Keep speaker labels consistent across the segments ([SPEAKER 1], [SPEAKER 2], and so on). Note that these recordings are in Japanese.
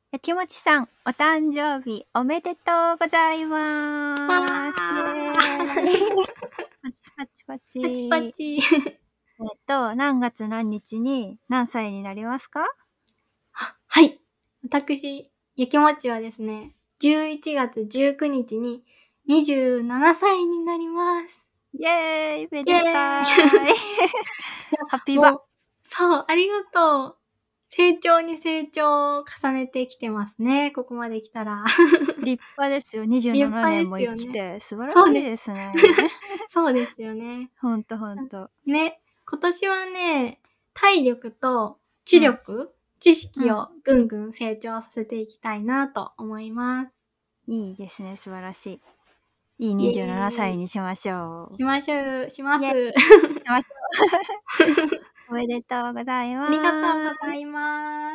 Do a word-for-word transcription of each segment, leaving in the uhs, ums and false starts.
[SPEAKER 1] やきもちさん、お誕生日おめでとうございま
[SPEAKER 2] わ
[SPEAKER 1] す。イエーイパチパチパチ。
[SPEAKER 2] パチパチ。
[SPEAKER 1] えっと、何月何日に何歳になりますか？
[SPEAKER 2] はい。私、やきもちはですね、じゅういちがつじゅうくにちににじゅうななさいになります。
[SPEAKER 1] イエーイめ
[SPEAKER 2] イエ
[SPEAKER 1] でた
[SPEAKER 2] ーイ
[SPEAKER 1] いハッピーバー。
[SPEAKER 2] もうそう、ありがとう。成長に成長を重ねてきてますね、ここまで来たら。
[SPEAKER 1] 立派ですよ。にじゅうななねんも生きて、素晴らしいですね。
[SPEAKER 2] そうですよね。
[SPEAKER 1] ほんとほんと。
[SPEAKER 2] ね、今年はね、体力と知力、知識をぐんぐん成長させていきたいなと思います。
[SPEAKER 1] いいですね、素晴らしい。いいにじゅうななさいにしましょう。
[SPEAKER 2] しましょう、します。
[SPEAKER 1] イエーイしましょう。おめでとうございます。
[SPEAKER 2] ありがとうございます。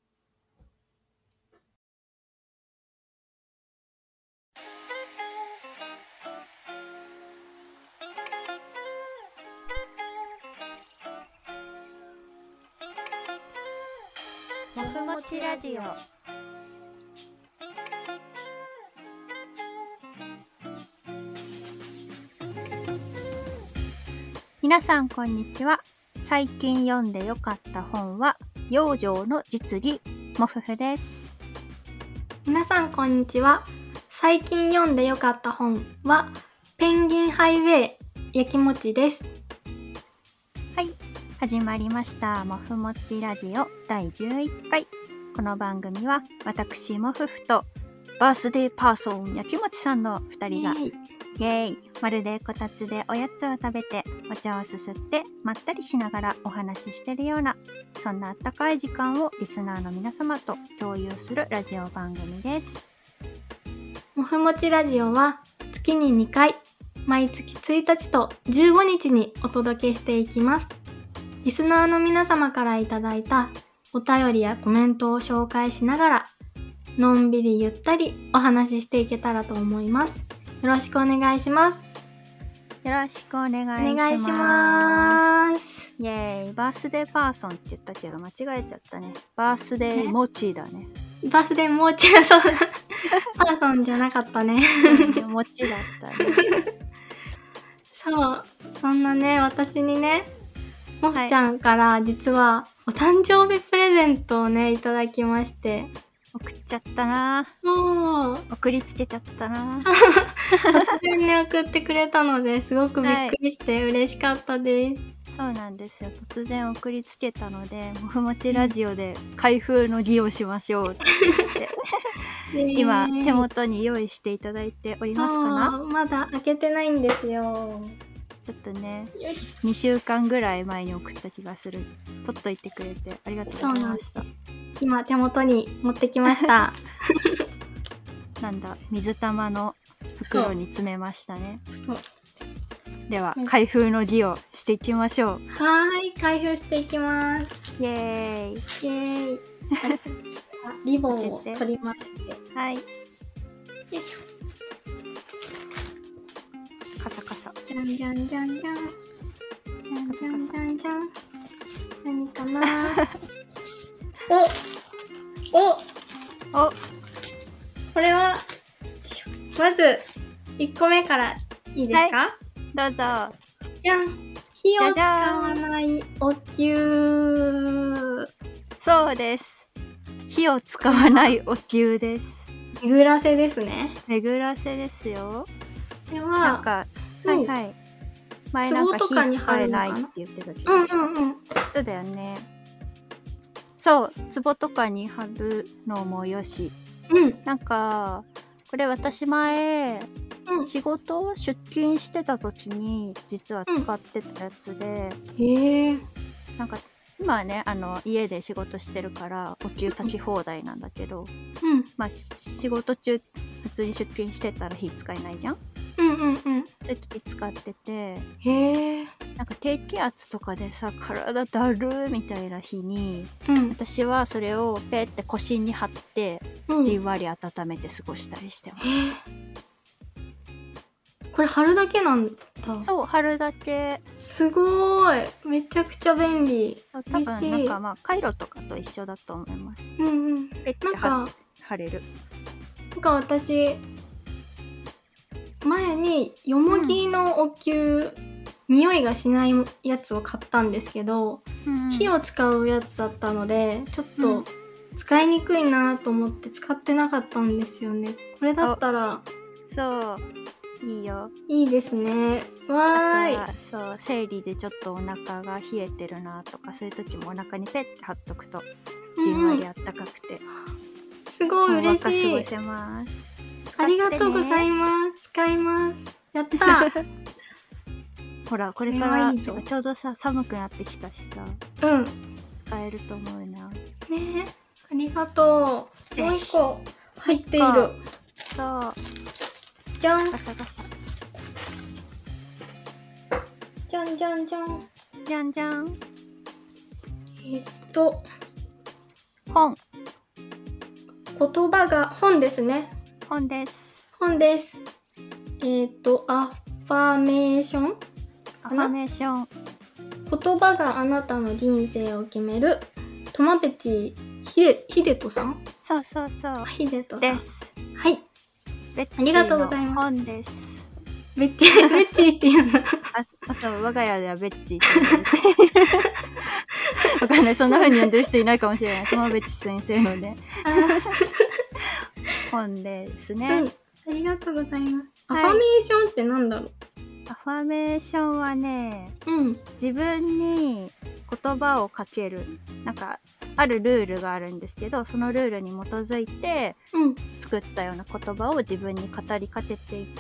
[SPEAKER 1] もふもちラジオ。皆さんこんにちは。最近読んでよかった本は養生の実技もふふです。
[SPEAKER 2] 皆さんこんにちは。最近読んでよかった本はペンギンハイウェイやきもちです。
[SPEAKER 1] はい、始まりましたもふもちラジオだいじゅういっかい。この番組は私もふふとバースデーパーソンやきもちさんのふたりがイエーイまるでこたつでおやつを食べてお茶をすすってまったりしながらお話ししてるような、そんなあったかい時間をリスナーの皆様と共有するラジオ番組です。
[SPEAKER 2] もふもちラジオは月ににかい、毎月ついたちとじゅうごにちにお届けしていきます。リスナーの皆様からいただいたお便りやコメントを紹介しながら、のんびりゆったりお話ししていけたらと思います。よろしくお願いします。
[SPEAKER 1] よろしくお願いします。
[SPEAKER 2] お願いします。
[SPEAKER 1] イエーイバースデーパーソンって言ったけど間違えちゃったね。バースデーモチだね。
[SPEAKER 2] バースデーモチだそうだ。パーソンじゃなかったね。
[SPEAKER 1] モチだったね。
[SPEAKER 2] そう、そんなね、私にね、もふちゃんから実はお誕生日プレゼントをね、いただきまして。
[SPEAKER 1] 送っちゃったな。
[SPEAKER 2] そう。
[SPEAKER 1] 送りつけちゃったな。
[SPEAKER 2] 突然ね、送ってくれたのですごくびっくりして嬉しかったです。はい、
[SPEAKER 1] そうなんですよ。突然送りつけたので、もふもちラジオで開封の儀をしましょうって言って今手元に用意していただいておりますかな？
[SPEAKER 2] まだ開けてないんですよ。
[SPEAKER 1] ちょっとね、にしゅうかんぐらい前に送った気がする。取っといてくれてありがとうございました。
[SPEAKER 2] 今手元に持ってきました。
[SPEAKER 1] なんだ、水玉の袋に詰めましたね。では開封の儀をしていきましょう。
[SPEAKER 2] はーい、開封していきます。
[SPEAKER 1] イエーイ。
[SPEAKER 2] イエーイ。リボンを取りまして。
[SPEAKER 1] はい。よ
[SPEAKER 2] いしょ。
[SPEAKER 1] カサカサ。
[SPEAKER 2] じゃんじゃんじゃんじゃん。じゃんじゃんじゃんじゃん。何かなおお
[SPEAKER 1] お
[SPEAKER 2] これは、まず、いっこめからいいですか？はい、
[SPEAKER 1] どうぞ。
[SPEAKER 2] じゃん。火を使わないお灸。
[SPEAKER 1] そうです。火を使わないお灸です。
[SPEAKER 2] 巡らせですね。
[SPEAKER 1] 巡らせですよ。
[SPEAKER 2] では、
[SPEAKER 1] なんか、はいはい。前なんか火使えないって言ってた気がした。うんうんうん。そうだよね。そう、壺とかに貼るのもよし。
[SPEAKER 2] うん。
[SPEAKER 1] なんか、これ私前、うん、仕事出勤してた時に実は使ってたやつで、
[SPEAKER 2] うん、へえ。
[SPEAKER 1] なんか今はね、あの家で仕事してるからお灸炊き放題なんだけど、
[SPEAKER 2] うん、
[SPEAKER 1] まあ仕事中普通に出勤してたら火使えないじゃん。
[SPEAKER 2] うんうんうん。
[SPEAKER 1] そういう時使ってて、
[SPEAKER 2] へえ。
[SPEAKER 1] なんか低気圧とかでさ体だるーみたいな日に、
[SPEAKER 2] うん、
[SPEAKER 1] 私はそれをペーって腰に貼って、うん、じんわり温めて過ごしたりしてます。
[SPEAKER 2] これ貼るだけなんだ。
[SPEAKER 1] そう貼るだけ。
[SPEAKER 2] すごい、めちゃくちゃ便利。
[SPEAKER 1] そう多分なんかまあカイロとかと一緒だと思います。
[SPEAKER 2] うんうん。
[SPEAKER 1] ペッて
[SPEAKER 2] なんか
[SPEAKER 1] 貼れる。
[SPEAKER 2] なんか私前によもぎのお灸、うん、匂いがしないやつを買ったんですけど、うんうん、火を使うやつだったのでちょっと使いにくいなと思って使ってなかったんですよね。これだったら
[SPEAKER 1] そういいよ。
[SPEAKER 2] いいですね。わーい。
[SPEAKER 1] あとはそう生理でちょっとお腹が冷えてるなとかそういう時もお腹にペッて貼っとくとじんわりあったかくて、うん、
[SPEAKER 2] すごい嬉しい。
[SPEAKER 1] 過ごせます。
[SPEAKER 2] ありがとうございます。使います。やった
[SPEAKER 1] ほらこれからいいちょうどさ寒くなってきたしさ、
[SPEAKER 2] うん
[SPEAKER 1] 使えると思うな。
[SPEAKER 2] ね、ありがとう。もう一個入っている。
[SPEAKER 1] そう
[SPEAKER 2] じゃん
[SPEAKER 1] ガサガサ
[SPEAKER 2] じゃんじゃんじゃん
[SPEAKER 1] じゃんじゃん。
[SPEAKER 2] えっと
[SPEAKER 1] 本
[SPEAKER 2] 言葉が本ですね。
[SPEAKER 1] 本です
[SPEAKER 2] 本です。えっとアファメーション
[SPEAKER 1] アファメーション。
[SPEAKER 2] 言葉があなたの人生を決めるトマベチヒデヒデトさん。
[SPEAKER 1] そうそうそう
[SPEAKER 2] ヒデトさん
[SPEAKER 1] です。
[SPEAKER 2] はい、
[SPEAKER 1] ありがとうございます。本です。
[SPEAKER 2] ベッチベッチっていうの
[SPEAKER 1] あ、そう我が家ではベッチって言うわかんない、そんな風に呼んでる人いないかもしれない。トマベッチ先生のね本ですね、
[SPEAKER 2] うん、ありがとうございます。アファメーションってなんだろう。
[SPEAKER 1] アファメーションはね、
[SPEAKER 2] うん、
[SPEAKER 1] 自分に言葉をかけるなんかあるルールがあるんですけど、そのルールに基づいて作ったような言葉を自分に語りかけていって、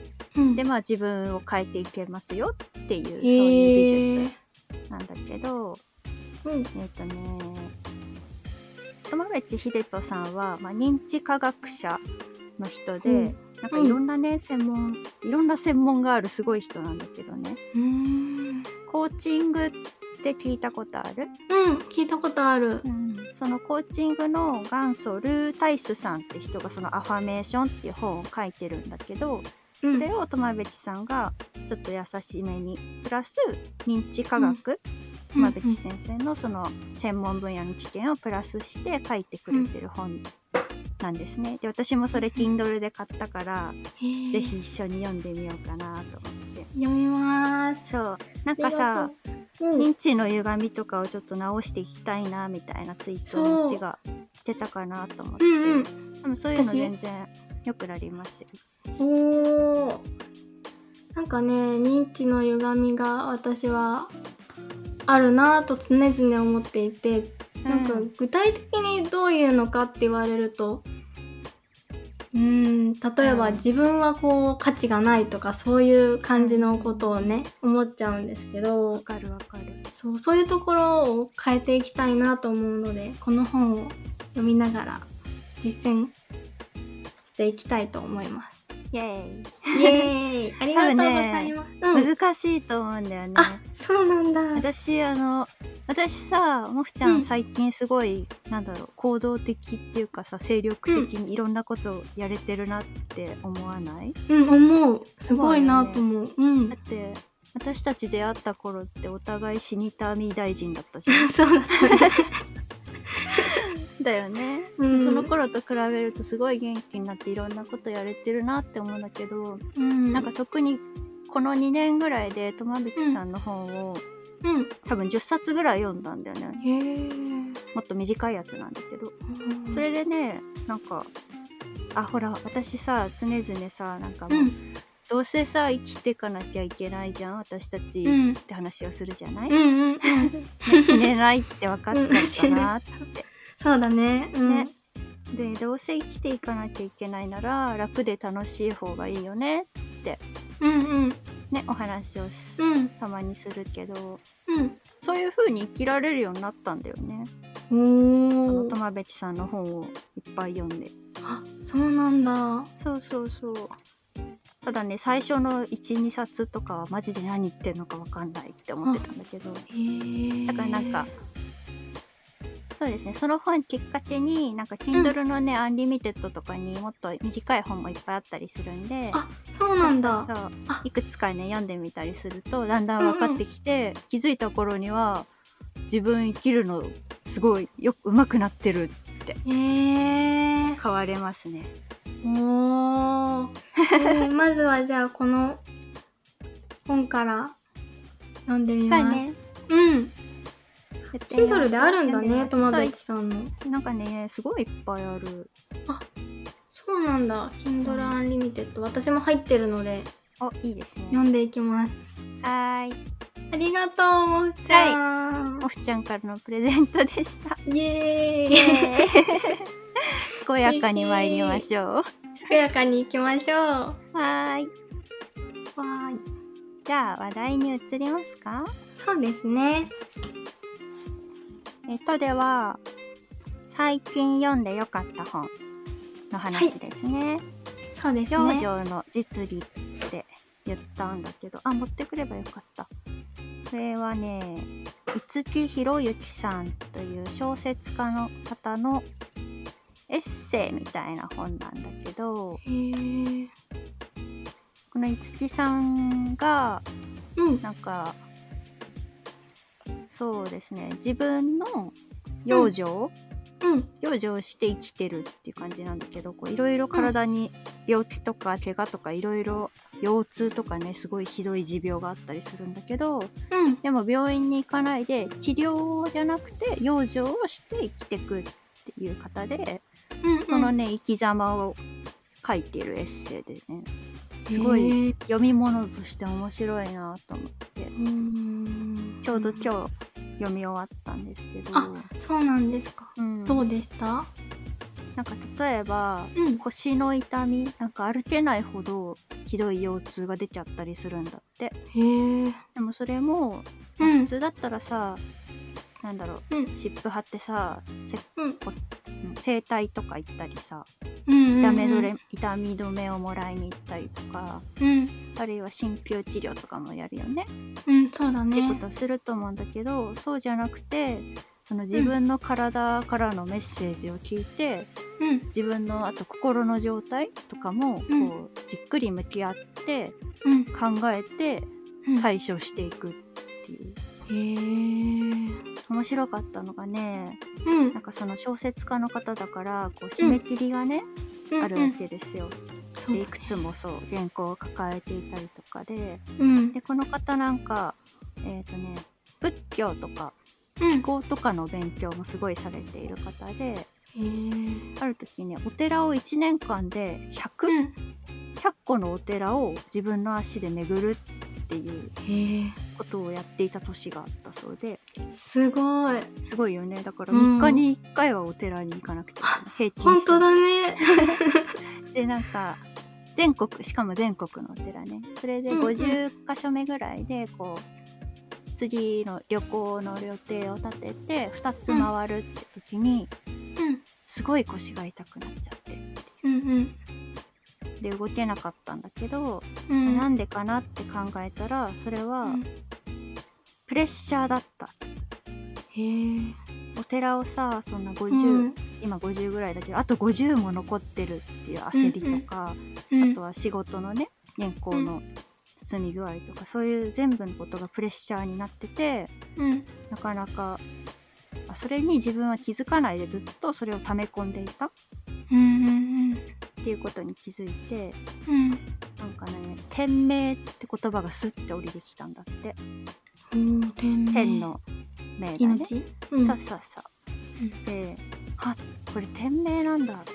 [SPEAKER 1] うん、でまあ自分を変えていけますよっていう、そういう美術なんだけど、うん、えっとね友部秀人さんは、まあ、認知科学者の人で、うん、なんかいろんなね、うん、専門いろんな専門があるすごい人なんだけどね。うーんコーチングって聞いたことある？
[SPEAKER 2] うん、聞いたことある、
[SPEAKER 1] うん、そのコーチングの元祖ルー・タイスさんって人がそのアファメーションっていう本を書いてるんだけど、うん、それを友部さんがちょっと優しめにプラス認知科学、うん友部先生のその専門分野の知見をプラスして書いてくれてる本なんですね。で私もそれ Kindle で買ったから、ぜひ一緒に読んでみようかなと思って
[SPEAKER 2] 読みます。
[SPEAKER 1] そうなんかさ、うん、認知の歪みとかをちょっと直していきたいなみたいなツイートをもちがしてたかなと思って、うんうん、でもそういうの全然よくなりますよ。
[SPEAKER 2] おーなんかね認知の歪みが私はあるなぁと常々思っていて、なんか具体的にどういうのかって言われると、うーん例えば自分はこう価値がないとかそういう感じのことをね思っちゃうんですけど、
[SPEAKER 1] わかるわかる。
[SPEAKER 2] そう、そういうところを変えていきたいなと思うので、この本を読みながら実践していきたいと思います。
[SPEAKER 1] イエー
[SPEAKER 2] イイエーイありがとうございます、
[SPEAKER 1] ねうん、難しいと思うんだよね。
[SPEAKER 2] あ、そうなんだ。
[SPEAKER 1] 私あの私さもふちゃん、うん、最近すごいなんだろう行動的っていうかさ精力的にいろんなことをやれてるなって思わない？
[SPEAKER 2] うん思う。すごいなと思う、ねうん、
[SPEAKER 1] だって私たち出会った頃ってお互い死にたみ大臣だったじゃん
[SPEAKER 2] そうだったね
[SPEAKER 1] だよね、うん、その頃と比べるとすごい元気になっていろんなことやれてるなって思うんだけど、うん、なんか特にこのにねんぐらいで友淵さんの本を、うん、多分じゅっさつぐらい読んだんだよね。へーもっと短いやつなんだけど、うん、それでねなんかあほら私さ常々さなんかもう、うん、どうせさ生きていかなきゃいけないじゃん私たち、うん、って話をするじゃない、うんうんうん、死ねないって分かっちゃったなって、うん
[SPEAKER 2] そうだね、うん、
[SPEAKER 1] ねでどうせ生きていかなきゃいけないなら楽で楽しい方がいいよねって、うんうんね、お話を、うん、たまにするけど、うん、そういう風に生きられるようになったんだよね。その友部さんの本をいっぱい読んで。
[SPEAKER 2] あ、そうなんだ。
[SPEAKER 1] そうそうそう。ただね最初の いち,に 冊とかはマジで何言ってんのか分かんないって思ってたんだけど、へだからなんかそうですね。その本きっかけになんか Kindle のね、アンリミテッドとかにもっと短い本もいっぱいあったりするんで、
[SPEAKER 2] あ、そうなんだ。
[SPEAKER 1] そうそうそう
[SPEAKER 2] あ
[SPEAKER 1] いくつかね読んでみたりするとだんだん分かってきて、うんうん、気づいた頃には自分生きるのすごいよく上手くなってるって
[SPEAKER 2] へー
[SPEAKER 1] 変われますね。
[SPEAKER 2] おー、えー、まずはじゃあこの本から読んでみます。
[SPEAKER 1] そうね。
[SPEAKER 2] うん。Kindle であるんだね、友達さんの。
[SPEAKER 1] なんかね、すごいいっぱいある。
[SPEAKER 2] あ、そうなんだ。Kindle Unlimited、私も入ってるので。
[SPEAKER 1] お、いいですね。
[SPEAKER 2] 読んでいきます。
[SPEAKER 1] はーい。
[SPEAKER 2] ありがとう、もふちゃん。
[SPEAKER 1] はい、もふちゃんからのプレゼントでした。
[SPEAKER 2] イエーイ。
[SPEAKER 1] 健やかに参りましょう。
[SPEAKER 2] 健やかに行きましょう。
[SPEAKER 1] はーい。
[SPEAKER 2] わーい。
[SPEAKER 1] じゃあ話題に移りますか？
[SPEAKER 2] そうですね。
[SPEAKER 1] えっとでは最近読んでよかった本の話ですね。はい、
[SPEAKER 2] そうですね。
[SPEAKER 1] 養生の実利って言ったんだけど、あ、持ってくればよかった。これはね、五木ひろゆきさんという小説家の方のエッセイみたいな本なんだけど、
[SPEAKER 2] へー、
[SPEAKER 1] この五木さんが、
[SPEAKER 2] うん、
[SPEAKER 1] なんかそうですね、自分の養生、うんうん、養生して生きてるっていう感じなんだけど、こういろいろ体に病気とか怪我とかいろいろ腰痛とかね、すごいひどい持病があったりするんだけど、
[SPEAKER 2] うん、
[SPEAKER 1] でも病院に行かないで治療じゃなくて養生をして生きてくっていう方で、うんうん、そのね生き様を書いているエッセイでね、すごい読み物として面白いなと思って、うーん、ちょうど今日読み終わったんですけど。
[SPEAKER 2] あ、そうなんですか、うん、どうでした？
[SPEAKER 1] なんか例えば、うん、腰の痛み、なんか歩けないほどひどい腰痛が出ちゃったりするんだって。
[SPEAKER 2] へー。
[SPEAKER 1] でもそれも、まあ、普通だったらさ、うん、なんだろう、うん、湿布貼ってさ、せうん、整体とか行ったりさ、うんうんうん、痛み止め、痛み止めをもらいに行ったりとか、うん、あるいは鍼灸治療とかもやるよね。
[SPEAKER 2] うん、そうだね。
[SPEAKER 1] ってことすると思うんだけど、そうじゃなくて、その自分の体からのメッセージを聞いて、うん、自分のあと心の状態とかもこう、うん、じっくり向き合って、うん、考えて対処していくっていう。へー。面白かったのがね、うん、なんかその小説家の方だからこう締め切りがね、うん、あるわけですよ。うん、でいくつもそう原稿を抱えていたりとかで、うん、でこの方なんかえっとね仏教とか気候とかの勉強もすごいされている方で、うん、ある時ねお寺をいちねんかんでひゃく、うん、ひゃっこのお寺を自分の足で巡るっていうことをやっていた年があったそうで、
[SPEAKER 2] すごい
[SPEAKER 1] すごいよね。だからみっかにいっかいはお寺に行かなくちゃいけない、
[SPEAKER 2] 平均して。本当だね
[SPEAKER 1] でなんか全国、しかも全国のお寺ね、それでごじゅっかしょめぐらいでこう、うん、次の旅行の予定を立ててふたつ回るって時に、うん、すごい腰が痛くなっちゃってっていう、うんうん、で動けなかったんだけど、うん、なんでかなって考えたらそれは、うん、プレッシャーだった。
[SPEAKER 2] へー。
[SPEAKER 1] お寺をさ、そんなごじゅう、うん、今ごじゅうぐらいだけどあとごじゅうも残ってるっていう焦りとか、うんうん、あとは仕事のね原稿の進み具合とか、そういう全部のことがプレッシャーになってて、うん、なかなかそれに自分は気づかないでずっとそれを溜め込んでいた、うんうんうん、っていうことに気づいて、うん、なんかね天命って言葉がスッて降りてきたんだって。
[SPEAKER 2] うん、天命、
[SPEAKER 1] 天の命だね。
[SPEAKER 2] 命、うん、
[SPEAKER 1] そうそうそう、うん、で、はこれ天命なんだって、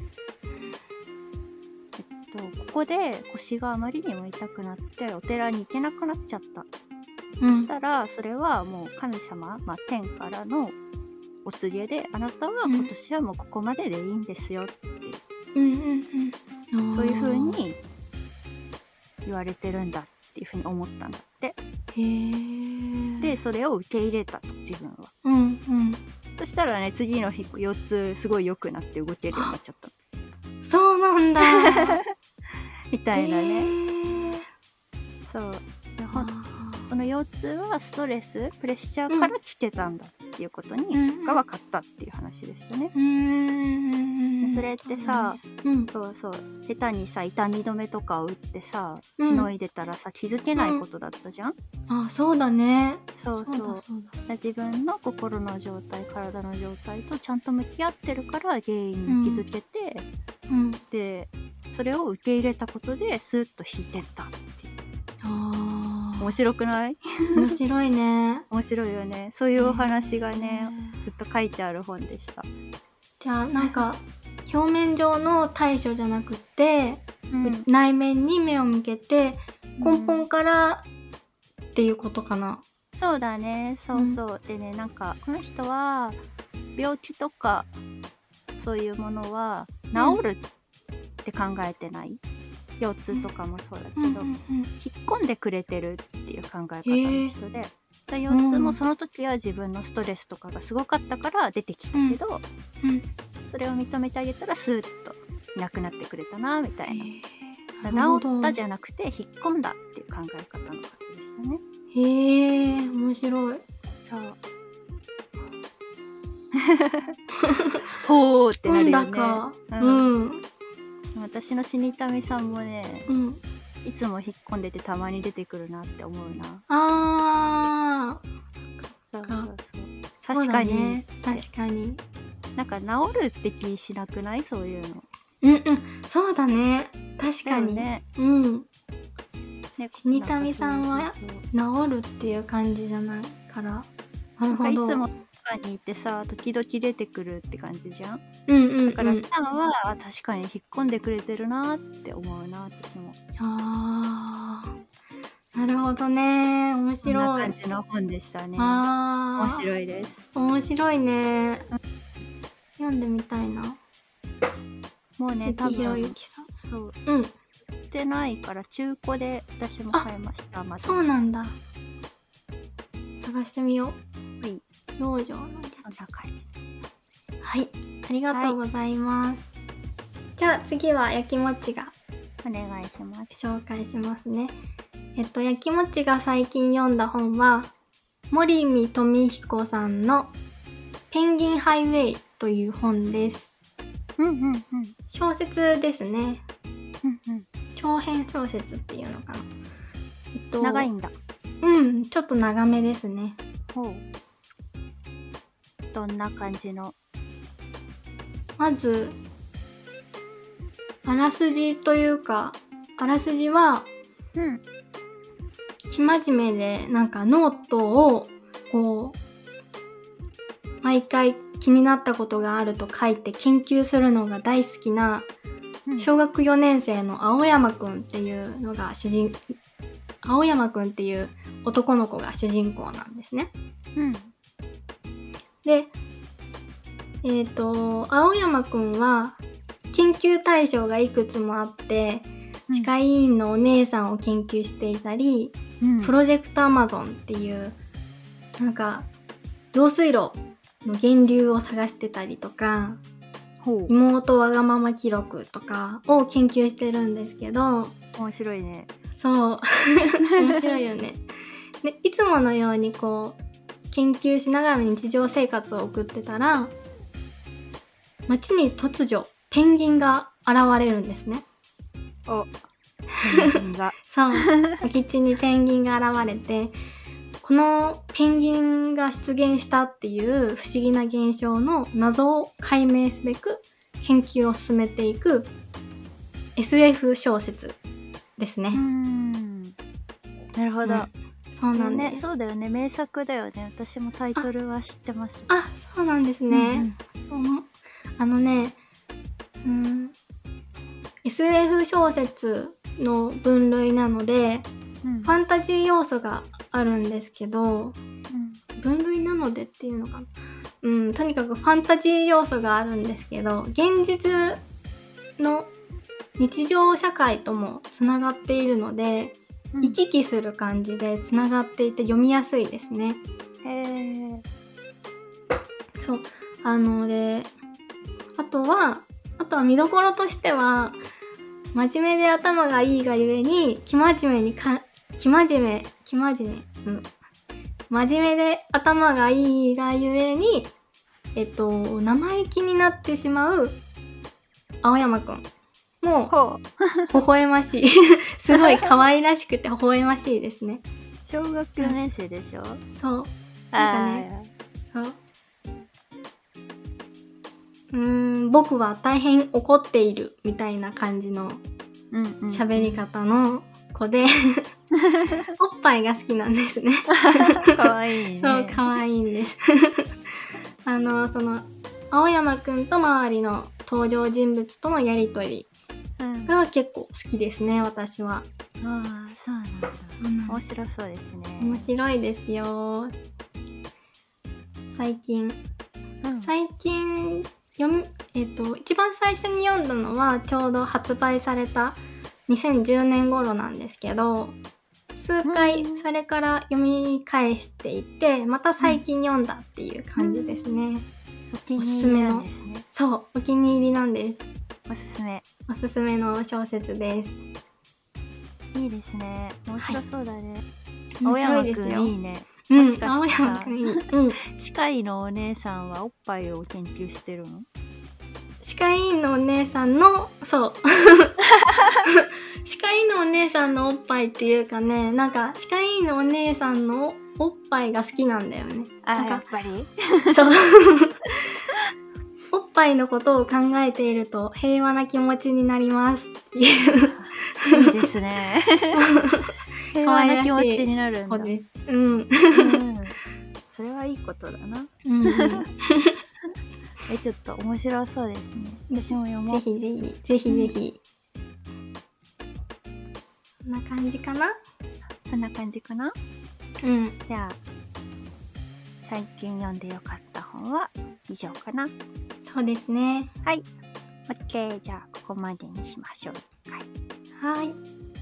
[SPEAKER 1] えっとここで腰があまりにも痛くなってお寺に行けなくなっちゃった、うん、そしたらそれはもう神様、まあ、天からのお告げで、あなたは今年はもうここまででいいんですよって、うんうんうん、そういう風に言われてるんだっていう風に思ったんだって。
[SPEAKER 2] へー。
[SPEAKER 1] でそれを受け入れたと自分は、
[SPEAKER 2] うんうん、
[SPEAKER 1] そしたらね次の日よっつすごい良くなって動けるようになっちゃった。
[SPEAKER 2] そうなんだ
[SPEAKER 1] みたいなね。そうほんその腰痛はストレスプレッシャーから来てたんだって、 っていうことに、
[SPEAKER 2] うん
[SPEAKER 1] が分かったっていう話でしたね。
[SPEAKER 2] うーん
[SPEAKER 1] それってさ、
[SPEAKER 2] うん
[SPEAKER 1] そうそう下手にさ痛み止めとかを打ってさ
[SPEAKER 2] うん
[SPEAKER 1] しのいでたらさ気づけないことだったじゃん、
[SPEAKER 2] あ、そうだね。
[SPEAKER 1] そうそう
[SPEAKER 2] そうだそうだ。
[SPEAKER 1] 自分の心の状態体の状態とちゃんと向き合ってるから原因に気づけて、
[SPEAKER 2] うん。
[SPEAKER 1] でそれを受け入れたことでスーッと引いてったっていう
[SPEAKER 2] あ
[SPEAKER 1] 面白くない？
[SPEAKER 2] あ、面白いね。
[SPEAKER 1] 面白いよね。そういうお話がね、
[SPEAKER 2] えー
[SPEAKER 1] ずっと書いてある本でした。
[SPEAKER 2] じゃあなんか表面上の対処じゃなくて、
[SPEAKER 1] うん
[SPEAKER 2] 内面に目を向けて根本からっていうことかな。
[SPEAKER 1] そうだね、そうそう、でね、なんかこの人は病気とかそういうものは治るって考えてない、腰痛とかもそうだけど、
[SPEAKER 2] うんうんうん
[SPEAKER 1] 引っ込んでくれてるっていう考え方の人で、で腰痛もその時は自分のストレスとかがすごかったから出てきたけど、
[SPEAKER 2] うん
[SPEAKER 1] それを認めてあげたらスーッといなくなってくれたなみたいな。だか
[SPEAKER 2] なるほど
[SPEAKER 1] ら治ったじゃなくて引っ込んだっていう考え方の方でしたね。
[SPEAKER 2] へえ、面白い。
[SPEAKER 1] そうほーってなるよね。
[SPEAKER 2] なんだか、
[SPEAKER 1] う
[SPEAKER 2] うんん、
[SPEAKER 1] 私の死にたみさんもね、
[SPEAKER 2] うん。
[SPEAKER 1] いつも引っ込んでてたまに出てくるなって思うな。
[SPEAKER 2] あ
[SPEAKER 1] そうそう
[SPEAKER 2] か
[SPEAKER 1] そう。
[SPEAKER 2] ー、
[SPEAKER 1] 確かに、
[SPEAKER 2] ね、確かに。
[SPEAKER 1] なんか治るって気しなくない？そういうの。
[SPEAKER 2] うんうん、そうだね。確かに。
[SPEAKER 1] ね。
[SPEAKER 2] うん。
[SPEAKER 1] ね
[SPEAKER 2] 死にたみさんは
[SPEAKER 1] そうそうそう
[SPEAKER 2] 治るっていう感じじゃないから。な
[SPEAKER 1] なんか
[SPEAKER 2] るほど。
[SPEAKER 1] いつも中にいてさ、時々出てくるって感じじゃん。
[SPEAKER 2] うんうんうん。
[SPEAKER 1] だから普段はあ確かに引っ込んでくれてるなって思うな、私も。
[SPEAKER 2] あー、なるほどね。面
[SPEAKER 1] そんな
[SPEAKER 2] 白い。
[SPEAKER 1] 感じの本でしたね。
[SPEAKER 2] あー、
[SPEAKER 1] 面白いです。
[SPEAKER 2] 面白いね。読んでみたいな。
[SPEAKER 1] もうね、多
[SPEAKER 2] 関ひろゆ
[SPEAKER 1] 分
[SPEAKER 2] きさん。
[SPEAKER 1] そう
[SPEAKER 2] うん。
[SPEAKER 1] 売ってないから中古で私も買いました。まだ
[SPEAKER 2] そうなんだ。探してみよう。
[SPEAKER 1] はい。
[SPEAKER 2] 養生の
[SPEAKER 1] そんな感じ。
[SPEAKER 2] はい、ありがとうございます。じゃあ次はやきもちが
[SPEAKER 1] お願いします。
[SPEAKER 2] 紹介しますね。えっとやきもちが最近読んだ本は森見富彦さんのペンギンハイウェイという本です。
[SPEAKER 1] うんうんうん。
[SPEAKER 2] 小説ですね。
[SPEAKER 1] うんうん。
[SPEAKER 2] 長編小説っていうのかな。えっと
[SPEAKER 1] 長いんだ。
[SPEAKER 2] うん、ちょっと長めですね。
[SPEAKER 1] ほう。どんな感じの？
[SPEAKER 2] まずあらすじというか、あらすじは
[SPEAKER 1] うん。
[SPEAKER 2] 生真面目でなんかノートをこう毎回気になったことがあると書いて研究するのが大好きな小学よねん生の青山くんっていうのが主人青山くんっていう男の子が主人公なんですね。
[SPEAKER 1] うん。
[SPEAKER 2] で、えっと青山くんは研究対象がいくつもあって歯科医院のお姉さんを研究していたり、
[SPEAKER 1] うん、
[SPEAKER 2] プロジェクトアマゾンっていうなんか用水路の源流を探してたりとか、
[SPEAKER 1] ほう。
[SPEAKER 2] 妹わがまま記録とかを研究してるんですけど、
[SPEAKER 1] 面白いね。
[SPEAKER 2] そう面白いよね。でいつものようにこう研究しながら日常生活を送ってたら街に突如ペンギンが現れるんですね。
[SPEAKER 1] お。ペンギンが。
[SPEAKER 2] そう、空き地にペンギンが現れて、このペンギンが出現したっていう不思議な現象の謎を解明すべく研究を進めていく エスエフ 小説ですね。
[SPEAKER 1] うーん。なるほど。
[SPEAKER 2] うん、そうなんです、
[SPEAKER 1] ね。そうだよね。名作だよね。私もタイトルは知ってます。
[SPEAKER 2] あ、そうなんですね。うんうん、あのね、うん、エスエフ 小説の分類なので、うん、ファンタジー要素があるんですけど、うん、分類なのでっていうのかな、うん、とにかくファンタジー要素があるんですけど、現実の日常社会ともつながっているので、うん、行き来する感じでつながっていて読みやすいですね。
[SPEAKER 1] へー。
[SPEAKER 2] そう、あので、あとはあとは見どころとしては、真面目で頭がいいがゆえに生真面目にか生真面目生真面目、うん、 真面目で頭がいいがゆえに、えっと、生意気になってしまう青山くんも
[SPEAKER 1] ほう。
[SPEAKER 2] 微笑ましい。すごい可愛らしくて微笑ましいですね。
[SPEAKER 1] 小学よねん生でしょ。
[SPEAKER 2] そう。
[SPEAKER 1] あ
[SPEAKER 2] なんかね、そう。うーん、僕は大変怒っているみたいな感じの
[SPEAKER 1] うんうん、
[SPEAKER 2] 喋り方の子で、おっぱいが好きなんですね。
[SPEAKER 1] かわいいね。
[SPEAKER 2] そう、かわいいんです。あの、その、青山くんと周りの登場人物とのやりとりが結構好きですね、私は。
[SPEAKER 1] ああ、そうなんだ。
[SPEAKER 2] そうなん
[SPEAKER 1] 面白そうですね。
[SPEAKER 2] 面白いですよ。最近、
[SPEAKER 1] うん、
[SPEAKER 2] 最近読み、えっと、一番最初に読んだのはちょうど発売されたにせんじゅうねん頃なんですけど、数回それから読み返していて、また最近読んだっていう感じですね。
[SPEAKER 1] うん、おすすめなんですね。
[SPEAKER 2] そう、お気に入りなんです。
[SPEAKER 1] おすすめ。
[SPEAKER 2] おすすめの小説です。
[SPEAKER 1] いいですね。面白そうだね。
[SPEAKER 2] はい、面白いですよ。
[SPEAKER 1] 青山くんいいね。
[SPEAKER 2] うん、
[SPEAKER 1] もしかしてさ、
[SPEAKER 2] 青山くんいい。うん。
[SPEAKER 1] 歯科医のお姉さんはおっぱいを研究してるの？
[SPEAKER 2] 歯科医のお姉さんの、そう歯科医のお姉さんのおっぱいっていうかね、なんか歯科医のお姉さんのおっぱいが好きなんだよね。
[SPEAKER 1] あ、
[SPEAKER 2] なんか
[SPEAKER 1] やっぱり
[SPEAKER 2] そうおっぱいのことを考えていると平和な気持ちになりますっていう
[SPEAKER 1] いいですね。平和な気持ちになるんだ。
[SPEAKER 2] です。うん、うん、
[SPEAKER 1] それはいいことだな。
[SPEAKER 2] うんうん
[SPEAKER 1] え、ちょっと面白そうですね。私も読もう。
[SPEAKER 2] ぜひぜひぜひぜひ。こんな感じかな。
[SPEAKER 1] こんな感じかな。
[SPEAKER 2] うん。
[SPEAKER 1] じゃあ最近読んでよかった本は以上かな。
[SPEAKER 2] そうですね。
[SPEAKER 1] はい。OK。じゃあここまでにしましょう。
[SPEAKER 2] はい。はい。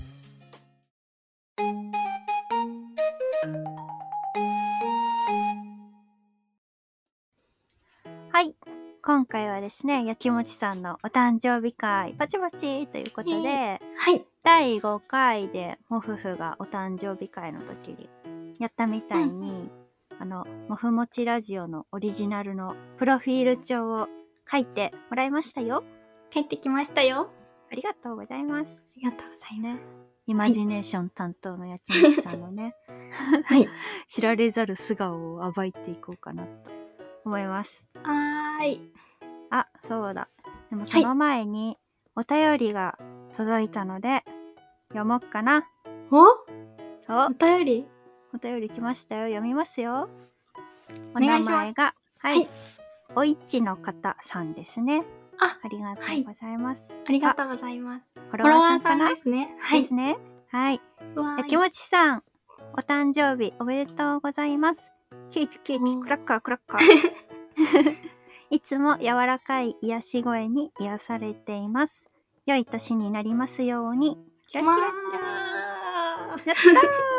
[SPEAKER 1] はい。今回はですね、やきもちさんのお誕生日会パチパチということで、
[SPEAKER 2] はい。
[SPEAKER 1] だいごかいでもふふがお誕生日会の時にやったみたいに、うん、あのもふもちラジオのオリジナルのプロフィール帳を書いてもらいましたよ。
[SPEAKER 2] 帰ってきましたよ。
[SPEAKER 1] ありがとうございます。
[SPEAKER 2] ありがとうございます。
[SPEAKER 1] イマジネーション担当のやきもちさんのね、
[SPEAKER 2] はい、
[SPEAKER 1] 知られざる素顔を暴いていこうかなと思います。
[SPEAKER 2] はーい。
[SPEAKER 1] あ、そうだ。でもその前にお便りが届いたので読もうかな。
[SPEAKER 2] お？
[SPEAKER 1] お、
[SPEAKER 2] お便り？
[SPEAKER 1] お便り来ましたよ。読みますよ。
[SPEAKER 2] お願いします。
[SPEAKER 1] お名前が、はい、はい、おいちの方さんですね。
[SPEAKER 2] あ、
[SPEAKER 1] ありがとうございます。
[SPEAKER 2] はい、ありがとうございます。
[SPEAKER 1] フォロワーさん
[SPEAKER 2] ですね。はい。
[SPEAKER 1] ですね。はい。やきもちさん、お誕生日おめでとうございます。ケーキケーキ、クラッカークラッカー。いつも柔らかい癒し声に癒されています。良い年になりますように。キラキラキラ。やったー、おめでとうござ